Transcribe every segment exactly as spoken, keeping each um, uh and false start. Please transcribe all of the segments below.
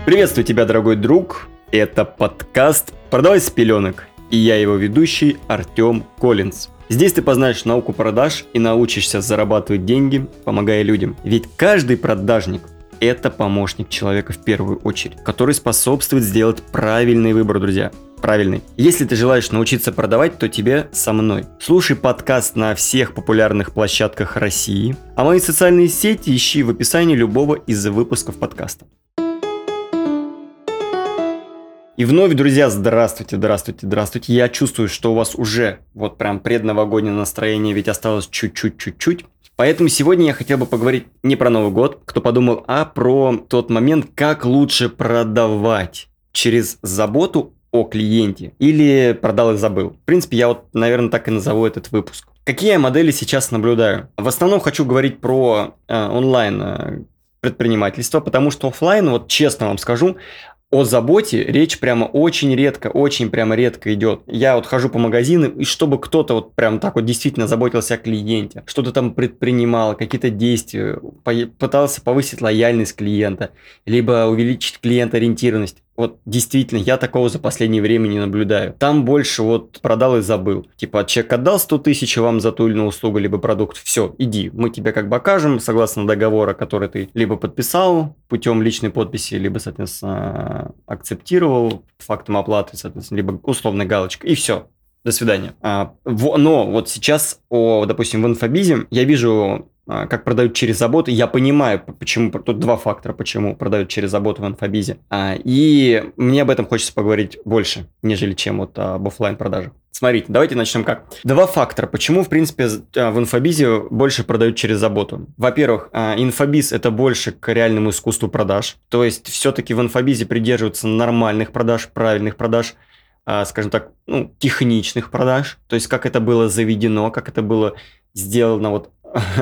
Приветствую тебя, дорогой друг. Это подкаст «Продавай с пеленок». И я его ведущий Артем Коллинз. Здесь ты познаешь науку продаж и научишься зарабатывать деньги, помогая людям. Ведь каждый продажник – это помощник человека в первую очередь, который способствует сделать правильный выбор, друзья. Правильный. Если ты желаешь научиться продавать, то тебе со мной. Слушай подкаст на всех популярных площадках России, а мои социальные сети ищи в описании любого из выпусков подкаста. И вновь, друзья, здравствуйте, здравствуйте, здравствуйте. Я чувствую, что у вас уже вот прям предновогоднее настроение, ведь осталось чуть-чуть-чуть-чуть. Поэтому сегодня я хотел бы поговорить не про Новый год, кто подумал, а про тот момент, как лучше продавать через заботу о клиенте или продал и забыл. В принципе, я вот, наверное, так и назову этот выпуск. Какие я модели сейчас наблюдаю? В основном хочу говорить про э, онлайн э, предпринимательство, потому что офлайн, вот честно вам скажу, о заботе речь прямо очень редко, очень прямо редко идет. Я вот хожу по магазинам, и чтобы кто-то вот прям так вот действительно заботился о клиенте, что-то там предпринимал, какие-то действия, пытался повысить лояльность клиента, либо увеличить клиент-ориентированность. Вот действительно, я такого за последнее время не наблюдаю. Там больше вот продал и забыл. Типа, человек отдал сто тысяч вам за ту или иную услугу, либо продукт. Все, иди, мы тебе как бы окажем, согласно договора, который ты либо подписал путем личной подписи, либо, соответственно, акцептировал фактом оплаты, соответственно, либо условной галочкой. И все. До свидания. А, в, но вот сейчас, о, допустим, в инфобизе я вижу, а, как продают через заботу. Я понимаю, почему. Тут два фактора, почему продают через заботу в инфобизе. А, и мне об этом хочется поговорить больше, нежели чем вот об офлайн продажах. Смотрите, давайте начнем как. Два фактора, почему, в принципе, в инфобизе больше продают через заботу. Во-первых, инфобиз – это больше к реальному искусству продаж. То есть, все-таки в инфобизе придерживаются нормальных продаж, правильных продаж, скажем так, ну, техничных продаж. То есть, как это было заведено, как это было сделано вот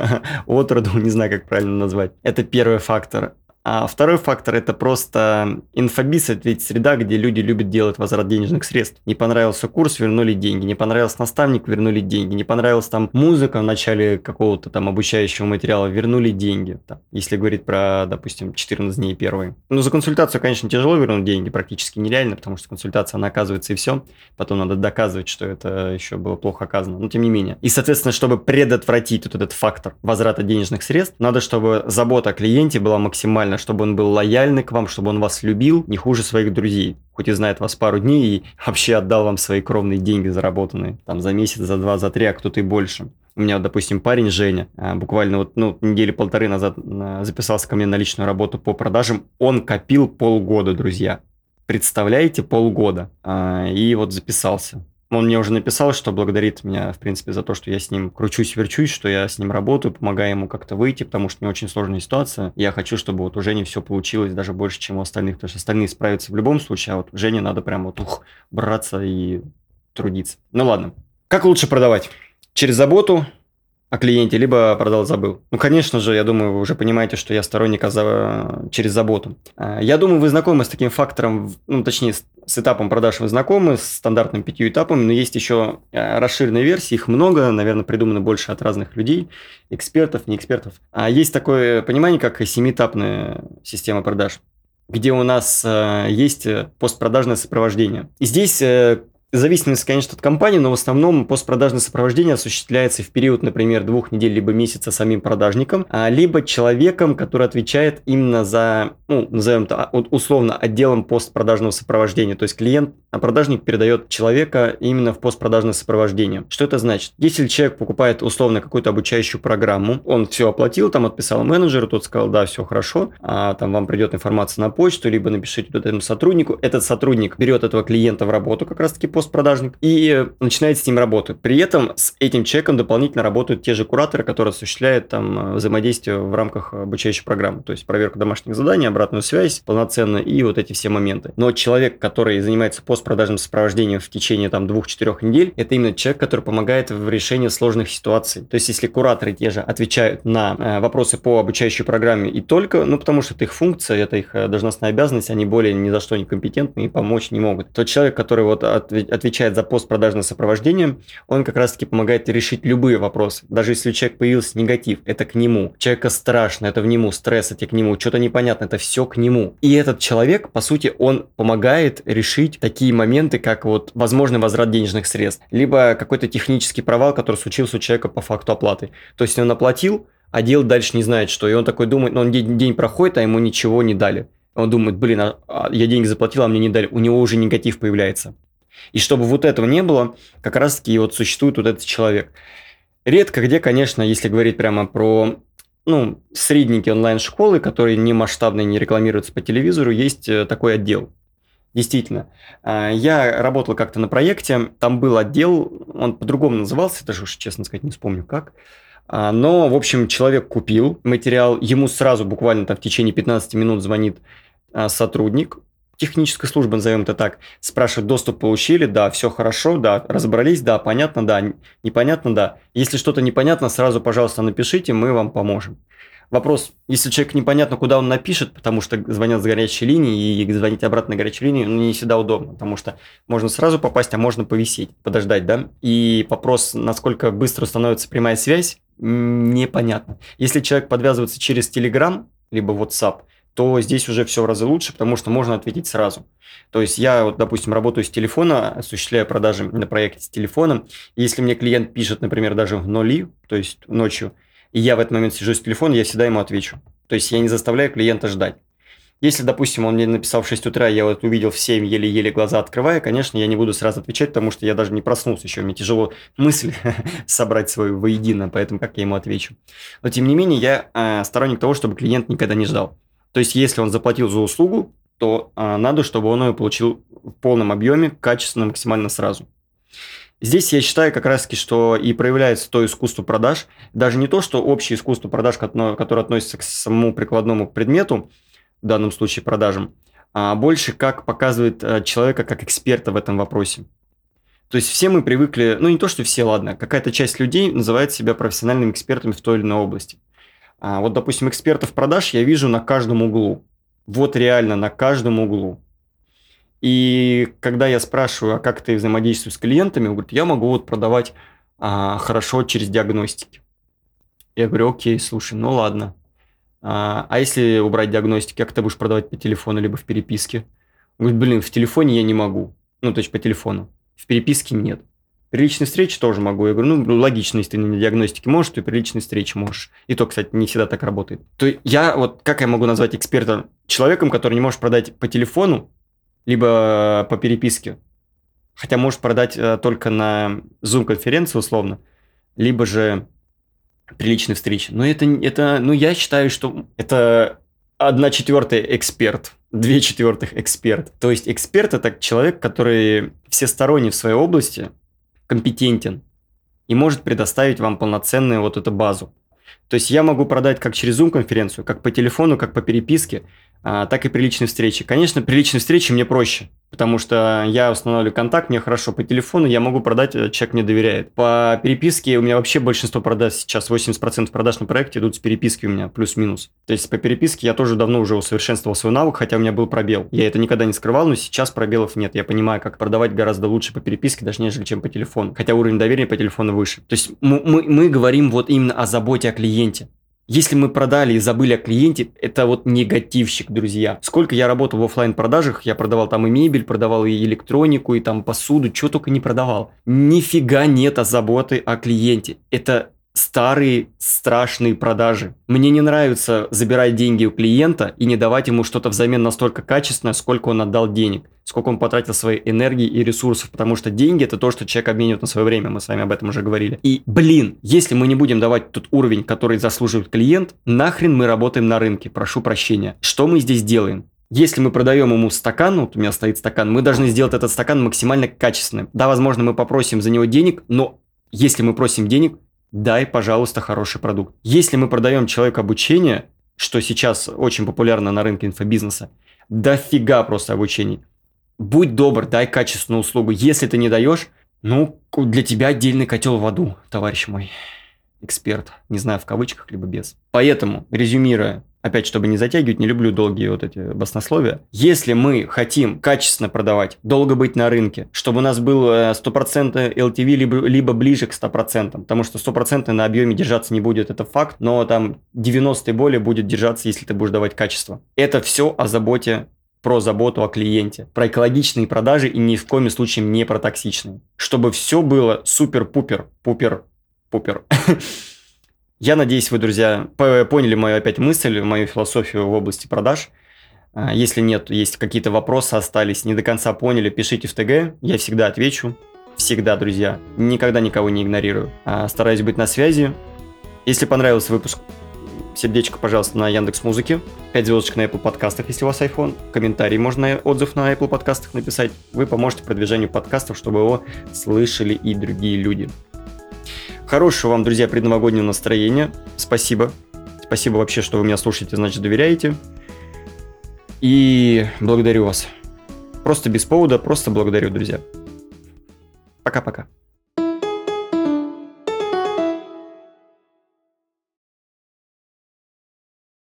от роду, не знаю, как правильно назвать. Это первый фактор. А второй фактор – это просто инфобиз, это ведь среда, где люди любят делать возврат денежных средств. Не понравился курс – вернули деньги, не понравился наставник – вернули деньги, не понравилась там музыка в начале какого-то там обучающего материала – вернули деньги. Там, если говорить про, допустим, четырнадцать дней первые. Ну, за консультацию, конечно, тяжело вернуть деньги, практически нереально, потому что консультация, она оказывается и все. Потом надо доказывать, что это еще было плохо оказано, но тем не менее. И, соответственно, чтобы предотвратить вот этот фактор возврата денежных средств, надо, чтобы забота о клиенте была максимально, чтобы он был лояльный к вам, чтобы он вас любил не хуже своих друзей. Хоть и знает вас пару дней и вообще отдал вам свои кровные деньги заработанные. Там за месяц, за два, за три, а кто-то и больше. У меня, допустим, парень Женя, буквально вот, ну, недели полторы назад записался ко мне на личную работу по продажам. Он копил полгода, друзья. Представляете, полгода. И вот записался. Он мне уже написал, что благодарит меня, в принципе, за то, что я с ним кручусь-верчусь, что я с ним работаю, помогаю ему как-то выйти, потому что у него очень сложная ситуация. Я хочу, чтобы вот у Жени все получилось даже больше, чем у остальных, потому что остальные справятся в любом случае, а вот Жене надо прям вот ух, браться и трудиться. Ну ладно. Как лучше продавать? Через заботу о клиенте, либо продал, забыл. Ну, конечно же, я думаю, вы уже понимаете, что я сторонник за... через заботу. Я думаю, вы знакомы с таким фактором, ну, точнее, с, с этапом продаж вы знакомы, с стандартными пятью этапами, но есть еще расширенные версии, их много, наверное, придумано больше от разных людей, экспертов, не экспертов. А есть такое понимание, как семиэтапная система продаж, где у нас есть постпродажное сопровождение. И здесь... В зависимости, конечно, от компании, но в основном постпродажное сопровождение осуществляется в период, например, двух недель либо месяца самим продажником, либо человеком, который отвечает именно за, ну, назовем это условно, отделом постпродажного сопровождения. То есть клиент, а продажник передает человека именно в постпродажное сопровождение. Что это значит? Если человек покупает условно какую-то обучающую программу, он все оплатил, там отписал менеджеру, тот сказал, да, все хорошо, а там вам придет информация на почту, либо напишите вот этому сотруднику. Этот сотрудник берет этого клиента в работу, как раз-таки постпродажник, и начинает с ним работать. При этом с этим человеком дополнительно работают те же кураторы, которые осуществляют там взаимодействие в рамках обучающей программы, то есть проверка домашних заданий, обратную связь полноценно и вот эти все моменты. Но человек, который занимается постпродажным сопровождением в течение там двух-четырех недель, это именно человек, который помогает в решении сложных ситуаций. То есть если кураторы те же отвечают на э, вопросы по обучающей программе и только, ну потому что это их функция, это их должностная обязанность, они более ни за что не компетентны и помочь не могут. Тот человек, который вот от, отвечает за постпродажное сопровождение, он как раз-таки помогает решить любые вопросы. Даже если у человека появился негатив, это к нему. Человека страшно, это в нему, стресс, это к нему, что-то непонятно, это все к нему. И этот человек, по сути, он помогает решить такие моменты, как вот возможный возврат денежных средств, либо какой-то технический провал, который случился у человека по факту оплаты. То есть он оплатил, а делать дальше не знает что. И он такой думает, ну он день, день проходит, а ему ничего не дали. Он думает, блин, а я деньги заплатил, а мне не дали. У него уже негатив появляется. И чтобы вот этого не было, как раз-таки вот существует вот этот человек. Редко где, конечно, если говорить прямо про ну, средненькие онлайн-школы, которые не масштабные, не рекламируются по телевизору, есть такой отдел. Действительно. Я работал как-то на проекте, там был отдел, он по-другому назывался, даже уж, честно сказать, не вспомню как. Но, в общем, человек купил материал, ему сразу буквально там в течение пятнадцати минут звонит сотрудник технической службы, назовем это так, спрашивает, доступ получили, да, все хорошо, да, разобрались, да, понятно, да, непонятно, да. Если что-то непонятно, сразу, пожалуйста, напишите, мы вам поможем. Вопрос, если человек непонятно, куда он напишет, потому что звонят с горячей линии, и звонить обратно на горячую линию, ну, не всегда удобно, потому что можно сразу попасть, а можно повисеть, подождать, да. И вопрос, насколько быстро становится прямая связь, непонятно. Если человек подвязывается через Telegram, либо WhatsApp, то здесь уже все в разы лучше, потому что можно ответить сразу. То есть я, вот, допустим, работаю с телефона, осуществляю продажи на проекте с телефона. И если мне клиент пишет, например, даже в нули, то есть ночью, и я в этот момент сижу с телефона, я всегда ему отвечу. То есть я не заставляю клиента ждать. Если, допустим, он мне написал в шесть утра, я вот увидел в семь, еле-еле глаза открывая, конечно, я не буду сразу отвечать, потому что я даже не проснулся еще, мне тяжело мысль собрать свою воедино, поэтому как я ему отвечу. Но, тем не менее, я э, сторонник того, чтобы клиент никогда не ждал. То есть, если он заплатил за услугу, то э, надо, чтобы он ее получил в полном объеме, качественно, максимально сразу. Здесь я считаю как раз-таки, что и проявляется то искусство продаж, даже не то, что общее искусство продаж, которое относится к самому прикладному предмету, в данном случае продажам, а больше как показывает человека как эксперта в этом вопросе. То есть все мы привыкли, ну не то, что все, ладно, какая-то часть людей называет себя профессиональными экспертами в той или иной области. А вот, допустим, экспертов продаж я вижу на каждом углу. Вот реально на каждом углу. И когда я спрашиваю, а как ты взаимодействуешь с клиентами, он говорит, я могу вот продавать а, хорошо через диагностики. Я говорю, окей, слушай, ну ладно. А, а если убрать диагностики, как ты будешь продавать по телефону либо в переписке? Он говорит, блин, в телефоне я не могу. Ну, то есть по телефону. В переписке нет. При личной встрече тоже могу. Я говорю, ну, логично, если ты на диагностике можешь, то и при личной встрече можешь. И то, кстати, не всегда так работает. То я вот, как я могу назвать эксперта? Человеком, который не может продать по телефону, либо по переписке. Хотя может продать э, только на Zoom-конференции условно, либо же при личной встрече. Но это, это, ну, я считаю, что это одна четвертая эксперт, две четвертых эксперт. То есть эксперт – это человек, который всесторонне в своей области компетентен и может предоставить вам полноценную вот эту базу. То есть я могу продать как через Zoom-конференцию, как по телефону, как по переписке, а, так и при личной встрече. Конечно, при личной встрече мне проще, потому что я устанавливаю контакт, мне хорошо по телефону, я могу продать, человек мне доверяет. По переписке у меня вообще большинство продаж сейчас, восемьдесят процентов продаж на проекте идут с переписки у меня, плюс-минус. То есть по переписке я тоже давно уже усовершенствовал свой навык, хотя у меня был пробел. Я это никогда не скрывал, но сейчас пробелов нет. Я понимаю, как продавать гораздо лучше по переписке, даже нежели чем по телефону. Хотя уровень доверия по телефону выше. То есть мы, мы, мы говорим вот именно о заботе о клиенте. Если мы продали и забыли о клиенте, это вот негативщик, друзья. Сколько я работал в офлайн продажах, я продавал там и мебель, продавал и электронику, и там посуду, что только не продавал. Нифига нет заботы о клиенте. Это старые страшные продажи. Мне не нравится забирать деньги у клиента и не давать ему что-то взамен настолько качественное, сколько он отдал денег, сколько он потратил своей энергии и ресурсов, потому что деньги – это то, что человек обменивает на свое время, мы с вами об этом уже говорили. И, блин, если мы не будем давать тот уровень, который заслуживает клиент, нахрен мы работаем на рынке, прошу прощения. Что мы здесь делаем? Если мы продаем ему стакан, вот у меня стоит стакан, мы должны сделать этот стакан максимально качественным. Да, возможно, мы попросим за него денег, но если мы просим денег, дай, пожалуйста, хороший продукт. Если мы продаем человеку обучение, что сейчас очень популярно на рынке инфобизнеса, дофига просто обучений. Будь добр, дай качественную услугу. Если ты не даешь, ну, для тебя отдельный котел в аду, товарищ мой эксперт. Не знаю, в кавычках, либо без. Поэтому, резюмируя, опять, чтобы не затягивать, не люблю долгие вот эти баснословия. Если мы хотим качественно продавать, долго быть на рынке, чтобы у нас было сто процентов эл ти ви, либо, либо ближе к ста процентам, потому что сто процентов на объеме держаться не будет, это факт, но там девяносто и более будет держаться, если ты будешь давать качество. Это все о заботе, про заботу о клиенте, про экологичные продажи и ни в коем случае не про токсичные. Чтобы все было супер-пупер, пупер-пупер. Я надеюсь, вы, друзья, поняли мою опять мысль, мою философию в области продаж. Если нет, есть какие-то вопросы остались, не до конца поняли, пишите в ТГ, я всегда отвечу. Всегда, друзья. Никогда никого не игнорирую. Стараюсь быть на связи. Если понравился выпуск, сердечко, пожалуйста, на Яндекс.Музыке. пять звездочек на Apple подкастах, если у вас iPhone. Комментарий можно, отзыв на Apple подкастах написать. Вы поможете продвижению подкастов, чтобы его слышали и другие люди. Хорошего вам, друзья, предновогоднего настроения. Спасибо. Спасибо вообще, что вы меня слушаете, значит, доверяете. И благодарю вас. Просто без повода, просто благодарю, друзья. Пока-пока.